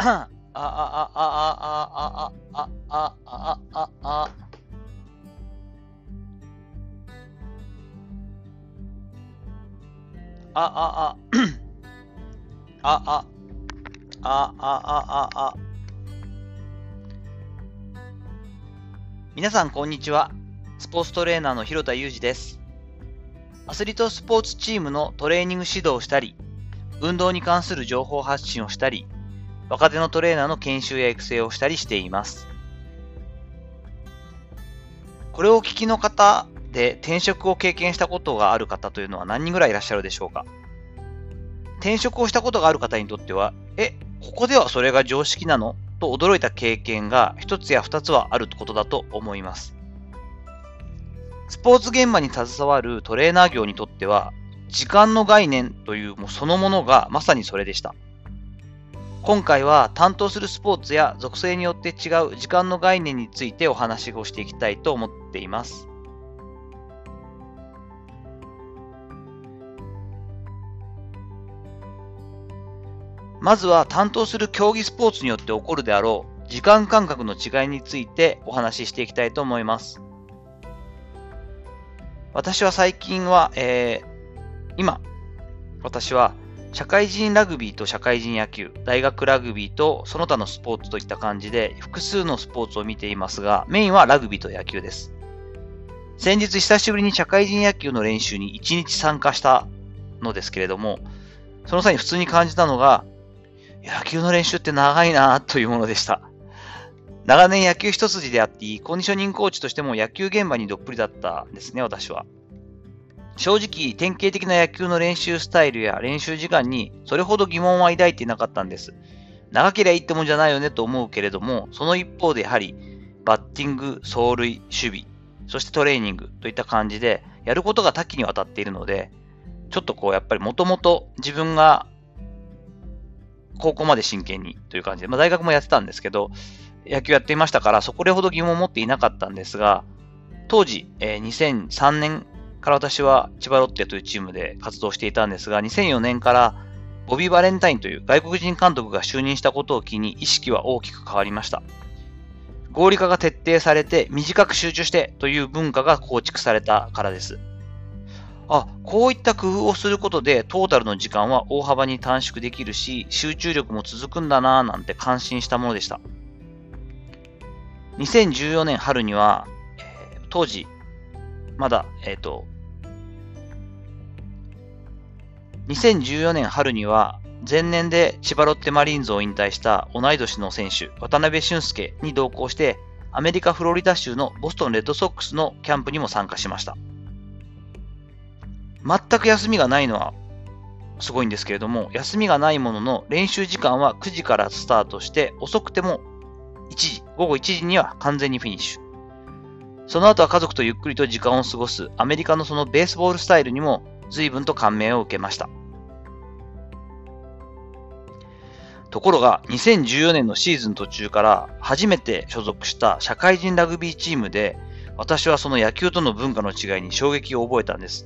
あ、あ、あ、あ、あ、あ、あ、あ、あ、あ、あ、あ、あ、あ、あ、あ、皆さん、こんにちは。スポーツトレーナーの広田裕二です。アスリートスポーツチームのトレーニング指導をしたり、運動に関する情報発信をしたり、若手のトレーナーの研修や育成をしたりしています。これをお聞きの方で転職を経験したことがある方というのは何人ぐらいいらっしゃるでしょうか。転職をしたことがある方にとっては、ここではそれが常識なのと驚いた経験が一つや二つはあることだと思います。スポーツ現場に携わるトレーナー業にとっては、時間の概念というそのものがまさにそれでした。今回は担当するスポーツや属性によって違う時間の概念についてお話をしていきたいと思っています。まずは担当する競技スポーツによって起こるであろう時間感覚の違いについてお話ししていきたいと思います。私は最近は、私は社会人ラグビーと社会人野球、大学ラグビーとその他のスポーツといった感じで複数のスポーツを見ていますが、メインはラグビーと野球です。先日久しぶりに社会人野球の練習に1日参加したのですけれども、その際に普通に感じたのが、野球の練習って長いなというものでした。長年野球一筋であって、コンディショニングコーチとしても野球現場にどっぷりだったんですね、私は。正直、典型的な野球の練習スタイルや練習時間にそれほど疑問は抱いていなかったんです。長ければいいってもんじゃないよねと思うけれども、その一方でやはりバッティング、走塁、守備、そしてトレーニングといった感じでやることが多岐にわたっているので、ちょっとやっぱりもともと自分が高校まで真剣にという感じで、大学もやってたんですけど、野球やっていましたから、そこでほど疑問を持っていなかったんですが、当時、2003年から私は千葉ロッテというチームで活動していたんですが、2004年からボビー・バレンタインという外国人監督が就任したことを機に意識は大きく変わりました。合理化が徹底されて短く集中してという文化が構築されたからです。こういった工夫をすることでトータルの時間は大幅に短縮できるし、集中力も続くんだなぁなんて感心したものでした。2014年春には、当時、まだ、2014年春には前年で千葉ロッテマリーンズを引退した同い年の選手、渡辺俊介に同行して、アメリカ・フロリダ州のボストンレッドソックスのキャンプにも参加しました。全く休みがないのはすごいんですけれども、休みがないものの練習時間は9時からスタートして、遅くても午後1時には完全にフィニッシュ。その後は家族とゆっくりと時間を過ごすアメリカのそのベースボールスタイルにも随分と感銘を受けました。ところが2014年のシーズン途中から初めて所属した社会人ラグビーチームで、私はその野球との文化の違いに衝撃を覚えたんです。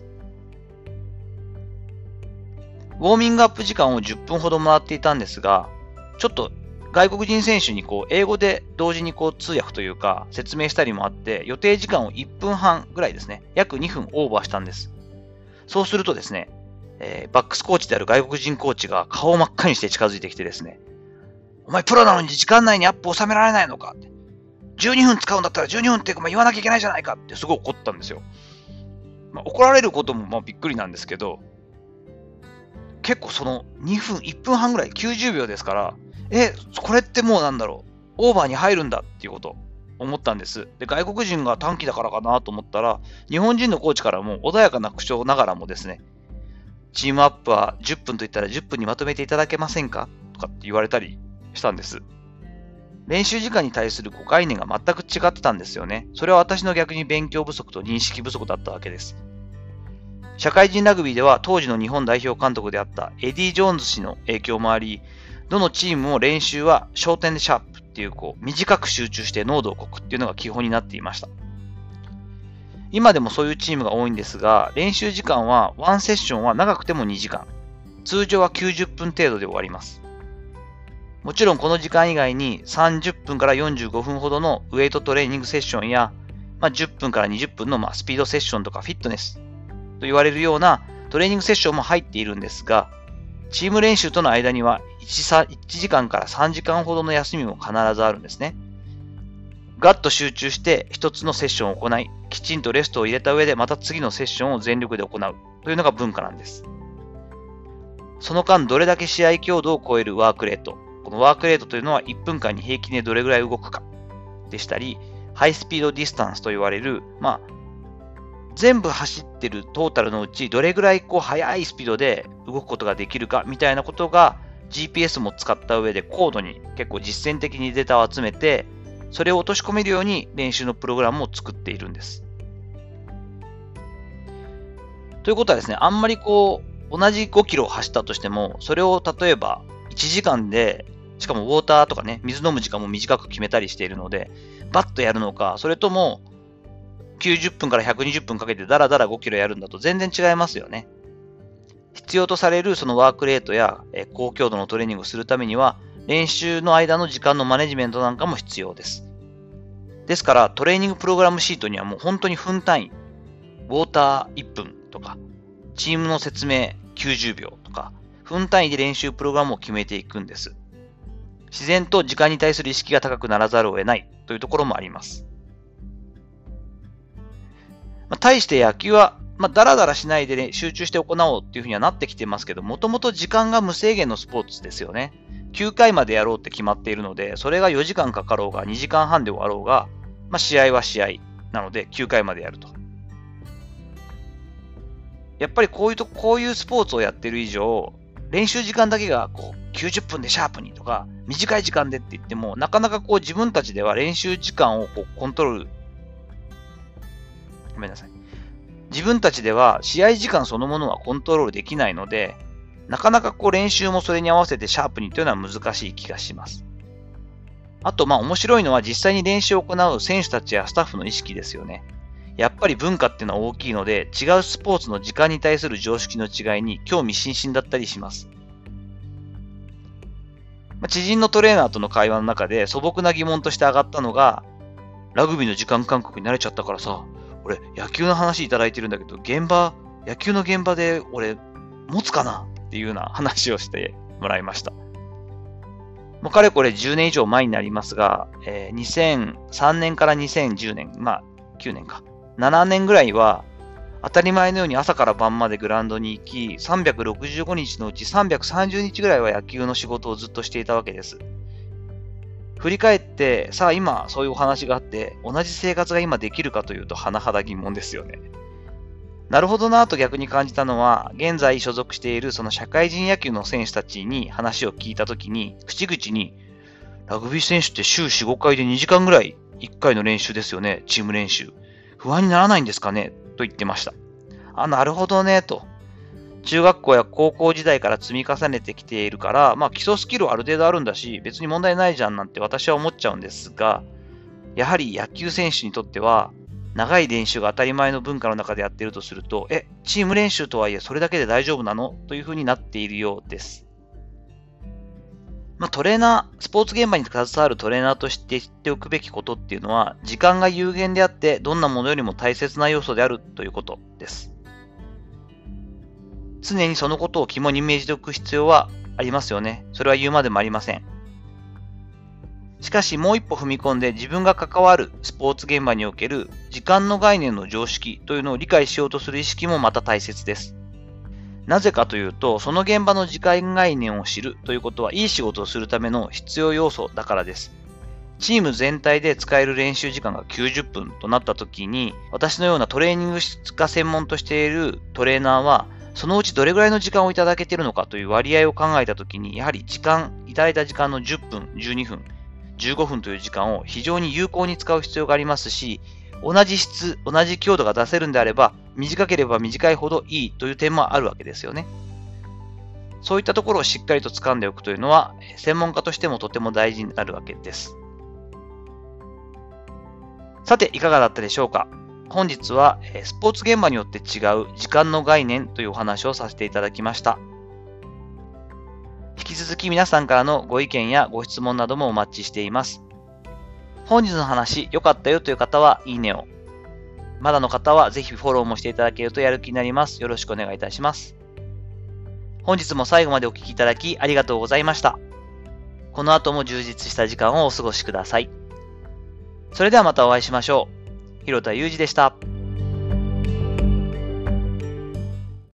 ウォーミングアップ時間を10分ほどもらっていたんですが、ちょっと外国人選手に英語で同時に通訳というか説明したりもあって、予定時間を1分半ぐらいですね、約2分オーバーしたんです。そうするとですね、バックスコーチである外国人コーチが顔を真っ赤にして近づいてきてですね、お前プロなのに時間内にアップ収められないのかって、12分使うんだったら12分って言わなきゃいけないじゃないかってすごい怒ったんですよ。怒られることもびっくりなんですけど、結構その1分半ぐらい、90秒ですから、これってもうオーバーに入るんだっていうこと思ったんです。で、外国人が短期だからかなと思ったら、日本人のコーチからも穏やかな口調ながらもですね、チームアップは10分と言ったら10分にまとめていただけませんかとかって言われたりしたんです。練習時間に対する概念が全く違ってたんですよね。それは私の逆に勉強不足と認識不足だったわけです。社会人ラグビーでは当時の日本代表監督であったエディ・ジョーンズ氏の影響もあり、どのチームも練習は焦点でシャープっていう短く集中して濃度を濃くっていうのが基本になっていました。今でもそういうチームが多いんですが、練習時間はワンセッションは長くても2時間。通常は90分程度で終わります。 もちろんこの時間以外に30分から45分ほどのウェイトトレーニングセッションや、10分から20分のスピードセッションとかフィットネスと言われるようなトレーニングセッションも入っているんですが、チーム練習との間には1時間から3時間ほどの休みも必ずあるんですね。ガッと集中して一つのセッションを行い、きちんとレストを入れた上でまた次のセッションを全力で行うというのが文化なんです。その間どれだけ試合強度を超えるワークレート、このワークレートというのは1分間に平均でどれぐらい動くかでしたり、ハイスピードディスタンスと言われる、全部走ってるトータルのうちどれぐらい速いスピードで動くことができるかみたいなことが GPS も使った上で高度に結構実践的にデータを集めて、それを落とし込めるように練習のプログラムを作っているんです。ということはですね、あんまり同じ5キロを走ったとしても、それを例えば1時間で、しかもウォーターとかね、水飲む時間も短く決めたりしているので、バッとやるのか、それとも90分から120分かけてダラダラ5キロやるんだと全然違いますよね。必要とされるそのワークレートや高強度のトレーニングをするためには、練習の間の時間のマネジメントなんかも必要です。ですから、トレーニングプログラムシートにはもう本当に分単位、ウォーター1分とか、チームの説明90秒とか、分単位で練習プログラムを決めていくんです。自然と時間に対する意識が高くならざるを得ないというところもあります。対して野球は、ダラダラしないで、ね、集中して行おうっていうふうにはなってきてますけど、もともと時間が無制限のスポーツですよね。9回までやろうって決まっているので、それが4時間かかろうが2時間半で終わろうが、試合は試合なので9回までやると。やっぱりこういうスポーツをやってる以上、練習時間だけが90分でシャープにとか、短い時間でって言っても、なかなか自分たちでは練習時間をコントロール、ごめんなさい。自分たちでは試合時間そのものはコントロールできないので、なかなか練習もそれに合わせてシャープにというのは難しい気がします。あと面白いのは実際に練習を行う選手たちやスタッフの意識ですよね。やっぱり文化っていうのは大きいので、違うスポーツの時間に対する常識の違いに興味津々だったりします。知人のトレーナーとの会話の中で素朴な疑問として上がったのが、ラグビーの時間感覚に慣れちゃったからさ、俺野球の話いただいてるんだけど、野球の現場で俺持つかなっていうような話をしてもらいました。もうかれこれ10年以上前になりますが、2003年から2010年、9年か、7年ぐらいは当たり前のように朝から晩までグラウンドに行き、365日のうち330日ぐらいは野球の仕事をずっとしていたわけです。振り返って、さあ今そういうお話があって、同じ生活が今できるかというと甚だ疑問ですよね。なるほどなぁと逆に感じたのは、現在所属しているその社会人野球の選手たちに話を聞いたときに、口々に、ラグビー選手って週4、5回で2時間ぐらい1回の練習ですよね、チーム練習。不安にならないんですかねと言ってました。なるほどね、と。中学校や高校時代から積み重ねてきているから、基礎スキルはある程度あるんだし、別に問題ないじゃんなんて私は思っちゃうんですが、やはり野球選手にとっては、長い練習が当たり前の文化の中でやっているとすると、チーム練習とはいえそれだけで大丈夫なのというふうになっているようです。トレーナー、スポーツ現場に携わるトレーナーとして知っておくべきことっていうのは、時間が有限であって、どんなものよりも大切な要素であるということです。常にそのことを肝に銘じておく必要はありますよね。それは言うまでもありません。しかしもう一歩踏み込んで自分が関わるスポーツ現場における時間の概念の常識というのを理解しようとする意識もまた大切です。なぜかというと、その現場の時間概念を知るということはいい仕事をするための必要要素だからです。チーム全体で使える練習時間が90分となった時に、私のようなトレーニングが専門としているトレーナーは、そのうちどれぐらいの時間をいただけているのかという割合を考えたときに、やはりいただいた時間の10分、12分、15分という時間を非常に有効に使う必要がありますし、同じ質、同じ強度が出せるんであれば、短ければ短いほどいいという点もあるわけですよね。そういったところをしっかりと掴んでおくというのは、専門家としてもとても大事になるわけです。さて、いかがだったでしょうか。本日はスポーツ現場によって違う時間の概念というお話をさせていただきました。 引き続き皆さんからのご意見やご質問などもお待ちしています。本日の話良かったよという方はいいねを。まだの方はぜひフォローもしていただけるとやる気になります。よろしくお願いいたします。本日も最後までお聞きいただきありがとうございました。この後も充実した時間をお過ごしください。それではまたお会いしましょう。広田裕二でした。